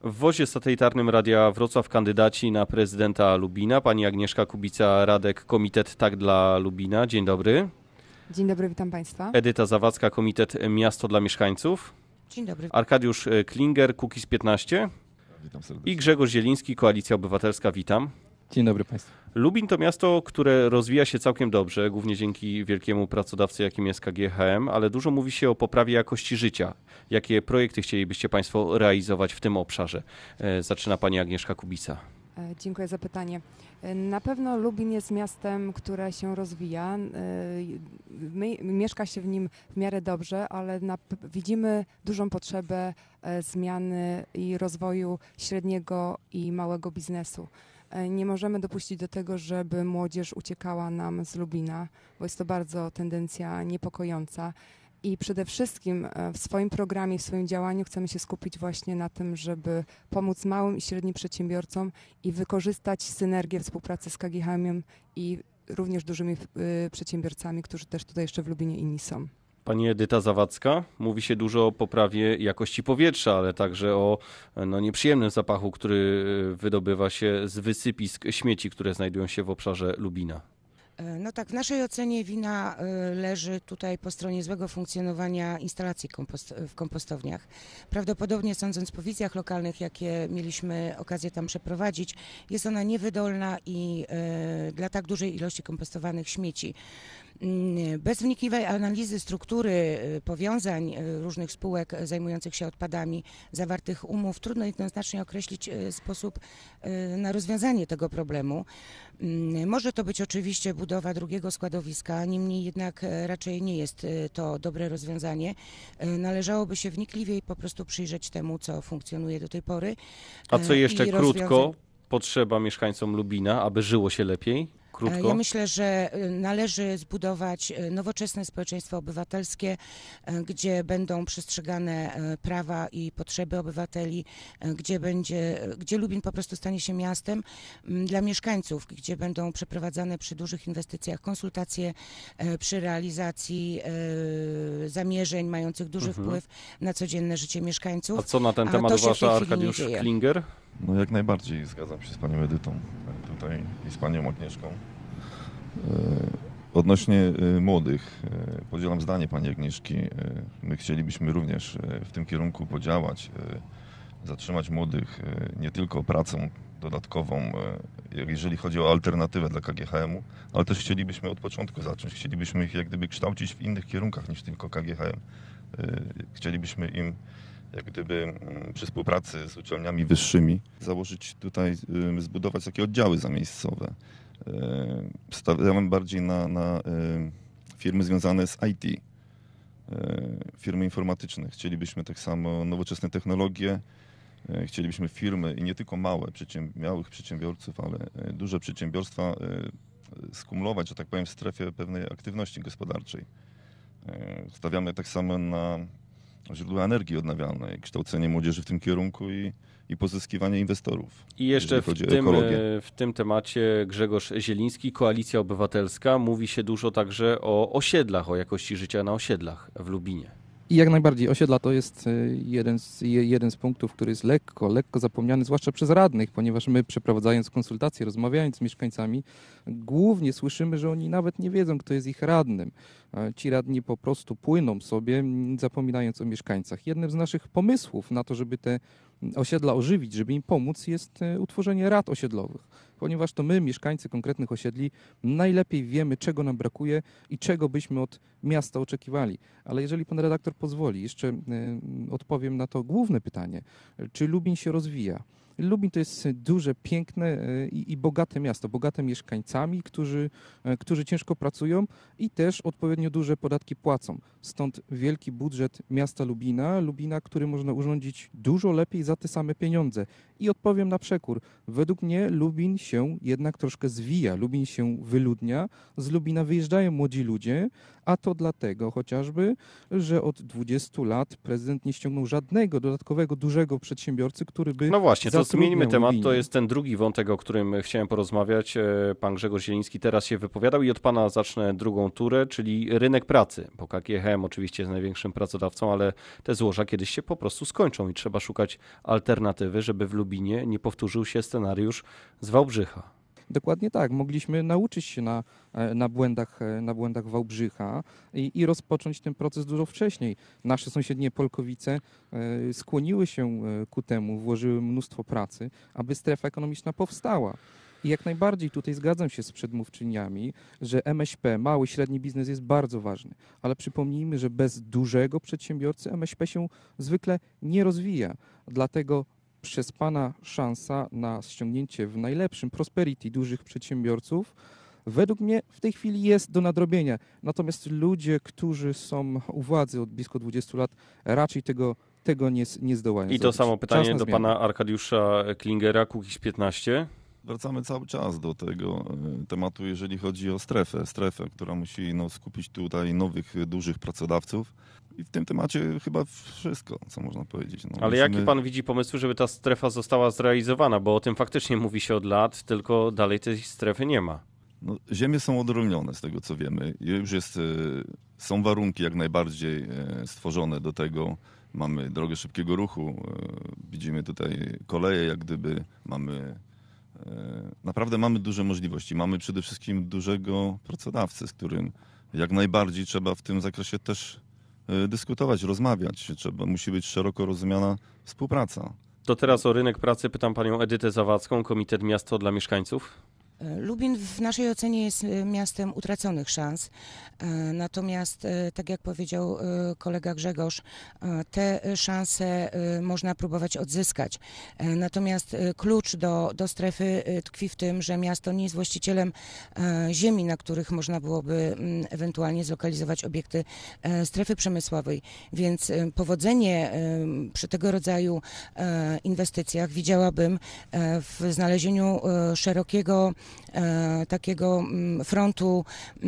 W wozie satelitarnym Radia Wrocław kandydaci na prezydenta Lubina. Pani Agnieszka Kubica-Radek, Komitet Tak dla Lubina. Dzień dobry. Dzień dobry, witam Państwa. Edyta Zawadzka, Komitet Miasto dla Mieszkańców. Dzień dobry. Arkadiusz Klinger, Kukiz 15. Witam serdecznie. I Grzegorz Zieliński, Koalicja Obywatelska. Witam. Dzień dobry Państwu. Lubin to miasto, które rozwija się całkiem dobrze, głównie dzięki wielkiemu pracodawcy, jakim jest KGHM, ale dużo mówi się o poprawie jakości życia. Jakie projekty chcielibyście Państwo realizować w tym obszarze? Zaczyna Pani Agnieszka Kubica. Dziękuję za pytanie. Na pewno Lubin jest miastem, które się rozwija. Mieszka się w nim w miarę dobrze, ale widzimy dużą potrzebę zmiany i rozwoju średniego i małego biznesu. Nie możemy dopuścić do tego, żeby młodzież uciekała nam z Lubina, bo jest to bardzo tendencja niepokojąca. I przede wszystkim w swoim programie, w swoim działaniu chcemy się skupić właśnie na tym, żeby pomóc małym i średnim przedsiębiorcom i wykorzystać synergię współpracy z KGHM i również dużymi przedsiębiorcami, którzy też tutaj jeszcze w Lubinie inni są. Pani Edyta Zawadzka, mówi się dużo o poprawie jakości powietrza, ale także o nieprzyjemnym zapachu, który wydobywa się z wysypisk śmieci, które znajdują się w obszarze Lubina. No tak, w naszej ocenie wina leży tutaj po stronie złego funkcjonowania instalacji w kompostowniach. Prawdopodobnie, sądząc po wizjach lokalnych, jakie mieliśmy okazję tam przeprowadzić, jest ona niewydolna i dla tak dużej ilości kompostowanych śmieci. Bez wnikliwej analizy struktury powiązań różnych spółek zajmujących się odpadami, zawartych umów, trudno jednoznacznie określić sposób na rozwiązanie tego problemu. Może to być oczywiście budowa drugiego składowiska, niemniej jednak raczej nie jest to dobre rozwiązanie. Należałoby się wnikliwiej po prostu przyjrzeć temu, co funkcjonuje do tej pory. A co jeszcze krótko potrzeba mieszkańcom Lubina, aby żyło się lepiej? Krótko. Ja myślę, że należy zbudować nowoczesne społeczeństwo obywatelskie, gdzie będą przestrzegane prawa i potrzeby obywateli, gdzie Lubin po prostu stanie się miastem dla mieszkańców, gdzie będą przeprowadzane przy dużych inwestycjach konsultacje przy realizacji zamierzeń mających duży wpływ na codzienne życie mieszkańców. A co na ten temat uważa Arkadiusz Klinger? No jak najbardziej zgadzam się z panią Edytą tutaj i z panią Agnieszką. Odnośnie młodych, podzielam zdanie pani Agnieszki. My chcielibyśmy również w tym kierunku podziałać, zatrzymać młodych nie tylko pracą dodatkową, jeżeli chodzi o alternatywę dla KGHM-u, ale też chcielibyśmy od początku zacząć. Chcielibyśmy ich jak gdyby kształcić w innych kierunkach niż tylko KGHM. Chcielibyśmy im jak gdyby przy współpracy z uczelniami wyższymi założyć tutaj, zbudować takie oddziały zamiejscowe. Stawiamy bardziej na firmy związane z IT, firmy informatyczne. Chcielibyśmy tak samo nowoczesne technologie, chcielibyśmy firmy i nie tylko małych przedsiębiorców, ale duże przedsiębiorstwa skumulować, że tak powiem, w strefie pewnej aktywności gospodarczej. Stawiamy tak samo na źródła energii odnawialnej, kształcenie młodzieży w tym kierunku i pozyskiwanie inwestorów. I jeszcze w tym temacie Grzegorz Zieliński, Koalicja Obywatelska. Mówi się dużo także o osiedlach, o jakości życia na osiedlach w Lubinie. I jak najbardziej osiedla to jest jeden z punktów, który jest lekko zapomniany, zwłaszcza przez radnych, ponieważ my przeprowadzając konsultacje, rozmawiając z mieszkańcami, głównie słyszymy, że oni nawet nie wiedzą, kto jest ich radnym. Ci radni po prostu płyną sobie, zapominając o mieszkańcach. Jednym z naszych pomysłów na to, żeby te osiedla ożywić, żeby im pomóc, jest utworzenie rad osiedlowych, ponieważ to my, mieszkańcy konkretnych osiedli, najlepiej wiemy, czego nam brakuje i czego byśmy od miasta oczekiwali. Ale jeżeli pan redaktor pozwoli, jeszcze odpowiem na to główne pytanie, czy Lubin się rozwija? Lubin to jest duże, piękne i bogate miasto, bogate mieszkańcami, którzy ciężko pracują i też odpowiednio duże podatki płacą. Stąd wielki budżet miasta Lubina, który można urządzić dużo lepiej za te same pieniądze. I odpowiem na przekór. Według mnie Lubin się jednak troszkę zwija, Lubin się wyludnia, z Lubina wyjeżdżają młodzi ludzie, a to dlatego chociażby, że od 20 lat prezydent nie ściągnął żadnego dodatkowego, dużego przedsiębiorcy, który by No właśnie, to zmienimy temat, Lubinie. to jest ten drugi wątek, o którym chciałem porozmawiać. Pan Grzegorz Zieliński teraz się wypowiadał i od pana zacznę drugą turę, czyli rynek pracy, bo KGHM oczywiście jest największym pracodawcą, ale te złoża kiedyś się po prostu skończą i trzeba szukać alternatywy, żeby w Lubinie nie powtórzył się scenariusz z Wałbrzycha. Dokładnie tak. Mogliśmy nauczyć się na błędach Wałbrzycha i rozpocząć ten proces dużo wcześniej. Nasze sąsiednie Polkowice skłoniły się ku temu, włożyły mnóstwo pracy, aby strefa ekonomiczna powstała. I jak najbardziej tutaj zgadzam się z przedmówczyniami, że MŚP, mały, średni biznes jest bardzo ważny. Ale przypomnijmy, że bez dużego przedsiębiorcy MŚP się zwykle nie rozwija. Dlatego przez Pana szansa na ściągnięcie w najlepszym prosperity dużych przedsiębiorców według mnie w tej chwili jest do nadrobienia. Natomiast ludzie, którzy są u władzy od blisko 20 lat, raczej tego nie zdołają I to zrobić. samo Czas pytanie na do zmianę. pana Arkadiusza Klingera, Kukiz15. Wracamy cały czas do tego tematu, jeżeli chodzi o strefę, która musi skupić tutaj nowych, dużych pracodawców. I w tym temacie chyba wszystko, co można powiedzieć. Ale jakie pan widzi pomysły, żeby ta strefa została zrealizowana? Bo o tym faktycznie mówi się od lat, tylko dalej tej strefy nie ma. Ziemie są odrolnione z tego, co wiemy. Już są warunki jak najbardziej stworzone do tego. Mamy drogę szybkiego ruchu, widzimy tutaj koleje, jak gdyby naprawdę mamy duże możliwości. Mamy przede wszystkim dużego pracodawcę, z którym jak najbardziej trzeba w tym zakresie też dyskutować, rozmawiać. Musi być szeroko rozumiana współpraca. To teraz o rynek pracy pytam panią Edytę Zawadzką, Komitet Miasto dla Mieszkańców. Lubin w naszej ocenie jest miastem utraconych szans, natomiast tak jak powiedział kolega Grzegorz, te szanse można próbować odzyskać. Natomiast klucz do strefy tkwi w tym, że miasto nie jest właścicielem ziemi, na których można byłoby ewentualnie zlokalizować obiekty strefy przemysłowej, więc powodzenie przy tego rodzaju inwestycjach widziałabym w znalezieniu szerokiego takiego frontu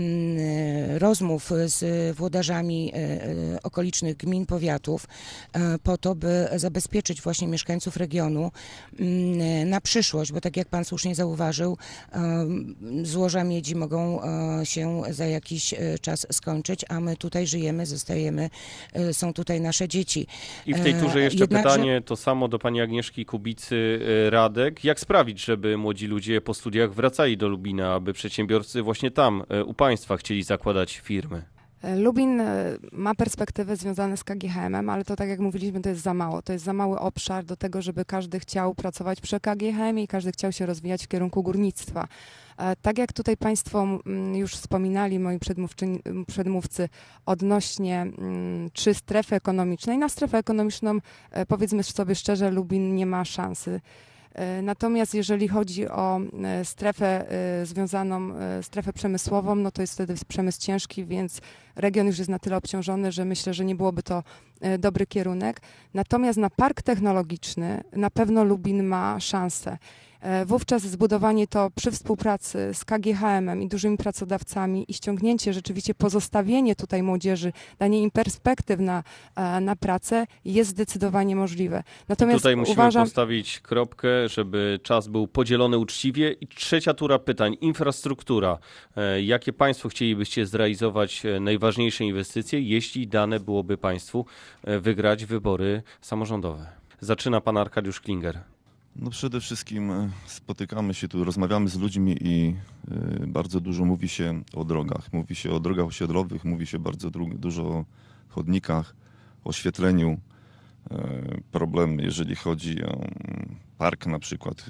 rozmów z włodarzami okolicznych gmin, powiatów, po to, by zabezpieczyć właśnie mieszkańców regionu na przyszłość, bo tak jak pan słusznie zauważył, złoża miedzi mogą się za jakiś czas skończyć, a my tutaj żyjemy, zostajemy, są tutaj nasze dzieci. I w tej turze jeszcze pytanie to samo do pani Agnieszki Kubicy-Radek. Jak sprawić, żeby młodzi ludzie po studiach wracali do Lubina, aby przedsiębiorcy właśnie tam, u państwa, chcieli zakładać firmy? Lubin ma perspektywy związane z KGHM-em, ale to tak jak mówiliśmy, to jest za mało. To jest za mały obszar do tego, żeby każdy chciał pracować przy KGHM i każdy chciał się rozwijać w kierunku górnictwa. Tak jak tutaj państwo już wspominali, moi przedmówcy, odnośnie czy strefy ekonomicznej. Na strefę ekonomiczną, powiedzmy sobie szczerze, Lubin nie ma szansy. Natomiast jeżeli chodzi o strefę związaną, strefę przemysłową, no to jest wtedy przemysł ciężki, więc region już jest na tyle obciążony, że myślę, że nie byłoby to dobry kierunek. Natomiast na park technologiczny na pewno Lubin ma szansę. Wówczas zbudowanie to przy współpracy z KGHM-em i dużymi pracodawcami i ściągnięcie, rzeczywiście pozostawienie tutaj młodzieży, danie im perspektyw na pracę jest zdecydowanie możliwe. Natomiast tutaj musimy postawić kropkę, żeby czas był podzielony uczciwie. I trzecia tura pytań. Infrastruktura. Jakie państwo chcielibyście zrealizować najważniejsze inwestycje, jeśli dane byłoby państwu wygrać wybory samorządowe? Zaczyna pan Arkadiusz Klinger. Przede wszystkim spotykamy się tu, rozmawiamy z ludźmi i bardzo dużo mówi się o drogach. Mówi się o drogach osiedlowych, mówi się bardzo dużo o chodnikach, oświetleniu. Problem, jeżeli chodzi o park na przykład,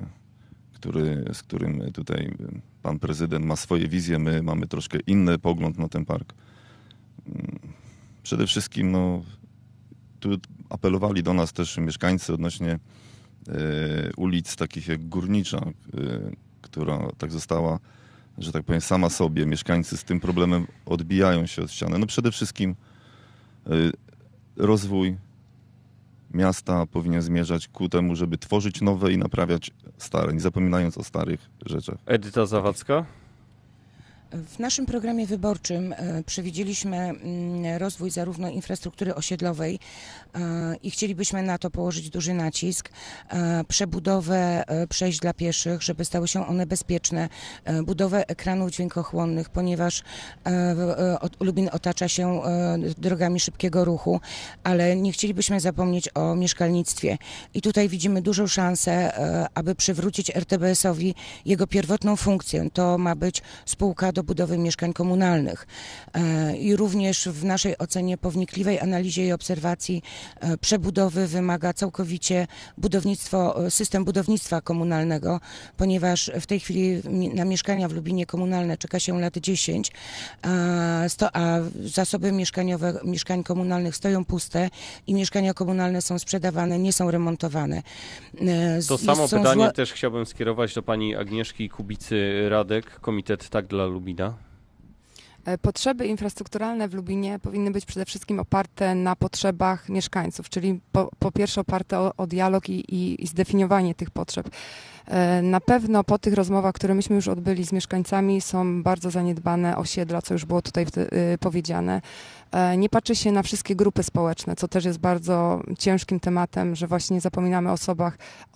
z którym tutaj pan prezydent ma swoje wizje, my mamy troszkę inny pogląd na ten park. Przede wszystkim tu apelowali do nas też mieszkańcy odnośnie ulic takich jak Górnicza, która tak została, że tak powiem, sama sobie. Mieszkańcy z tym problemem odbijają się od ściany. Przede wszystkim rozwój miasta powinien zmierzać ku temu, żeby tworzyć nowe i naprawiać stare, nie zapominając o starych rzeczach. Edyta Zawadzka? W naszym programie wyborczym przewidzieliśmy rozwój zarówno infrastruktury osiedlowej i chcielibyśmy na to położyć duży nacisk, przebudowę przejść dla pieszych, żeby stały się one bezpieczne, budowę ekranów dźwiękochłonnych, ponieważ Lubin otacza się drogami szybkiego ruchu, ale nie chcielibyśmy zapomnieć o mieszkalnictwie. I tutaj widzimy dużą szansę, aby przywrócić RTBS-owi jego pierwotną funkcję. To ma być spółka do budowy mieszkań komunalnych. I również w naszej ocenie po wnikliwej analizie i obserwacji przebudowy wymaga całkowicie system budownictwa komunalnego, ponieważ w tej chwili na mieszkania w Lubinie komunalne czeka się lat 10, a zasoby mieszkaniowe mieszkań komunalnych stoją puste i mieszkania komunalne są sprzedawane, nie są remontowane. To samo pytanie też chciałbym skierować do pani Agnieszki Kubicy-Radek, Komitet Tak dla Lubina. Potrzeby infrastrukturalne w Lubinie powinny być przede wszystkim oparte na potrzebach mieszkańców, czyli po pierwsze oparte o dialog i zdefiniowanie tych potrzeb. Na pewno po tych rozmowach, które myśmy już odbyli z mieszkańcami, są bardzo zaniedbane osiedla, co już było tutaj powiedziane. Nie patrzy się na wszystkie grupy społeczne, co też jest bardzo ciężkim tematem, że właśnie zapominamy o osobach,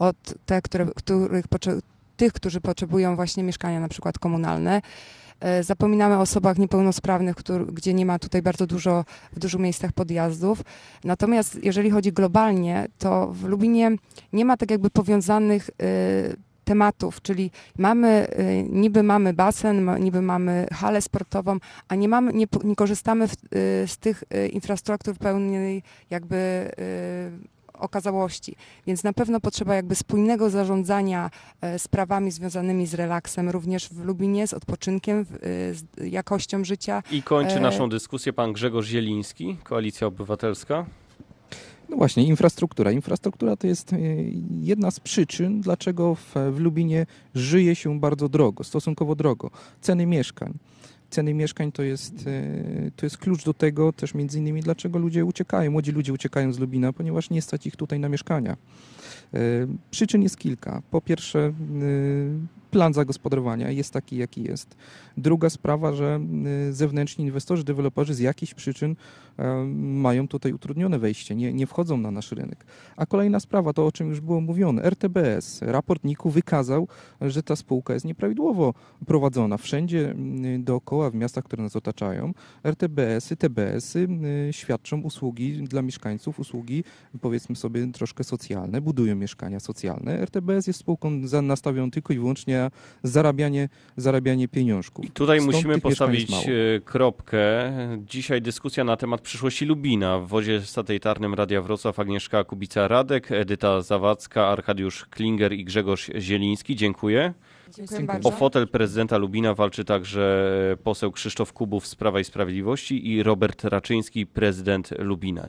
tych, którzy potrzebują właśnie mieszkania na przykład komunalne. Zapominamy o osobach niepełnosprawnych, gdzie nie ma tutaj w dużych miejscach podjazdów. Natomiast jeżeli chodzi globalnie, to w Lubinie nie ma tak jakby powiązanych tematów, czyli niby mamy basen, niby mamy halę sportową, a nie korzystamy z tych infrastruktur pełnej jakby okazałości. Więc na pewno potrzeba jakby spójnego zarządzania sprawami związanymi z relaksem, również w Lubinie, z odpoczynkiem, z jakością życia. I kończy naszą dyskusję pan Grzegorz Zieliński, Koalicja Obywatelska. No właśnie, infrastruktura. Infrastruktura to jest jedna z przyczyn, dlaczego w Lubinie żyje się bardzo drogo, stosunkowo drogo. Ceny mieszkań. Ceny mieszkań to jest klucz do tego też między innymi, dlaczego młodzi ludzie uciekają z Lubina, ponieważ nie stać ich tutaj na mieszkania. Przyczyn jest kilka. Po pierwsze, plan zagospodarowania jest taki, jaki jest. Druga sprawa, że zewnętrzni inwestorzy, deweloperzy z jakichś przyczyn mają tutaj utrudnione wejście, nie wchodzą na nasz rynek. A kolejna sprawa, to o czym już było mówione, RTBS, raport NIK-u wykazał, że ta spółka jest nieprawidłowo prowadzona. Wszędzie dookoła, w miastach, które nas otaczają, RTBS-y, TBS-y świadczą usługi dla mieszkańców, usługi powiedzmy sobie troszkę socjalne, budują mieszkania socjalne. RTBS jest spółką nastawioną tylko i wyłącznie na zarabianie pieniążków. I tutaj Stąd musimy tych mieszkań jest postawić mało. kropkę. Dzisiaj dyskusja na temat przyszłości Lubina. W wozie satelitarnym Radia Wrocław Agnieszka Kubica-Radek, Edyta Zawadzka, Arkadiusz Klinger i Grzegorz Zieliński. Dziękuję. Dziękuję bardzo. O fotel prezydenta Lubina walczy także poseł Krzysztof Kubów z Prawa i Sprawiedliwości i Robert Raczyński, prezydent Lubina.